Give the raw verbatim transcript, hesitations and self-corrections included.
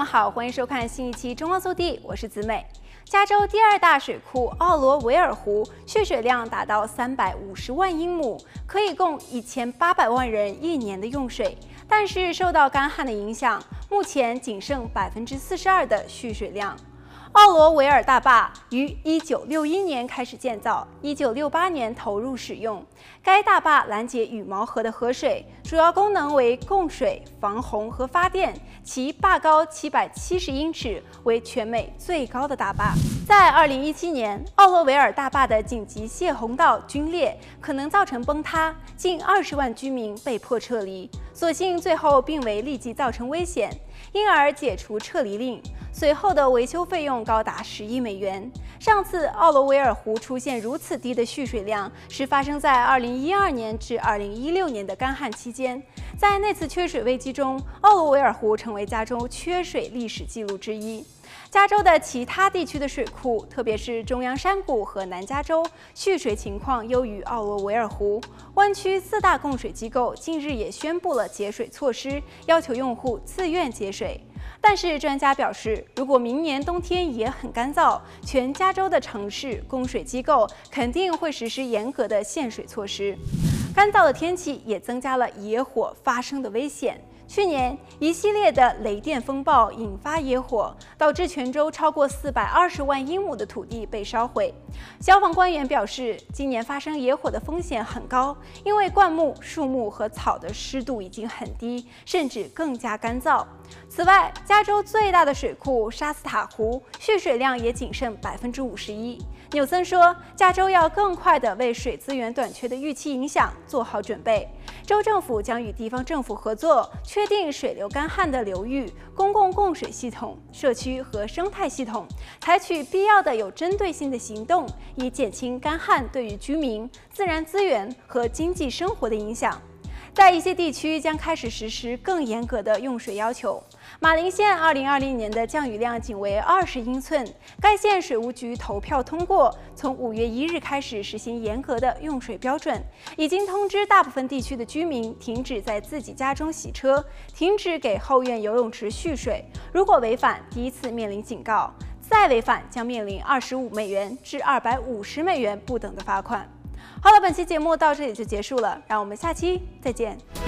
好，欢迎收看新一期《中澳速递》，我是子美。加州第二大水库奥罗维尔湖蓄水量达到三百五十万英亩，可以供一千八百万人一年的用水。但是受到干旱的影响，目前仅剩百分之四十二的蓄水量。奥罗维尔大坝于一九六一年开始建造，一九六八年投入使用。该大坝拦截羽毛河的河水，主要功能为供水、防洪和发电。其坝高七百七十英尺，为全美最高的大坝。在二零一七年，奥罗维尔大坝的紧急泄洪道龟裂，可能造成崩塌，近二十万居民被迫撤离。所幸最后并未立即造成危险，因而解除撤离令。随后的维修费用高达十亿美元。上次奥罗维尔湖出现如此低的蓄水量，是发生在二零一二年至二零一六年的干旱期间。在那次缺水危机中，奥罗维尔湖成为加州缺水历史记录之一。加州的其他地区的水库，特别是中央山谷和南加州，蓄水情况优于奥罗维尔湖。湾区四大供水机构近日也宣布了节水措施，要求用户自愿节水。但是专家表示，如果明年冬天也很干燥，全加州的城市供水机构肯定会实施严格的限水措施。干燥的天气也增加了野火发生的危险。去年，一系列的雷电风暴引发野火，导致全州超过四百二十万英亩的土地被烧毁。消防官员表示，今年发生野火的风险很高，因为灌木、树木和草的湿度已经很低，甚至更加干燥。此外，加州最大的水库沙斯塔湖蓄水量也仅剩百分之五十一。纽森说，加州要更快地为水资源短缺的预期影响做好准备。州政府将与地方政府合作，确定水流干旱的流域、公共供水系统、社区和生态系统，采取必要的有针对性的行动，以减轻干旱对于居民、自然资源和经济生活的影响。在一些地区将开始实施更严格的用水要求。马林县二零二零年的降雨量仅为二十英寸，该县水务局投票通过，从五月一日开始实行严格的用水标准，已经通知大部分地区的居民停止在自己家中洗车，停止给后院游泳池蓄水。如果违反，第一次面临警告，再违反将面临二十五美元至二百五十美元不等的罚款。好了，本期节目到这里就结束了，让我们下期再见。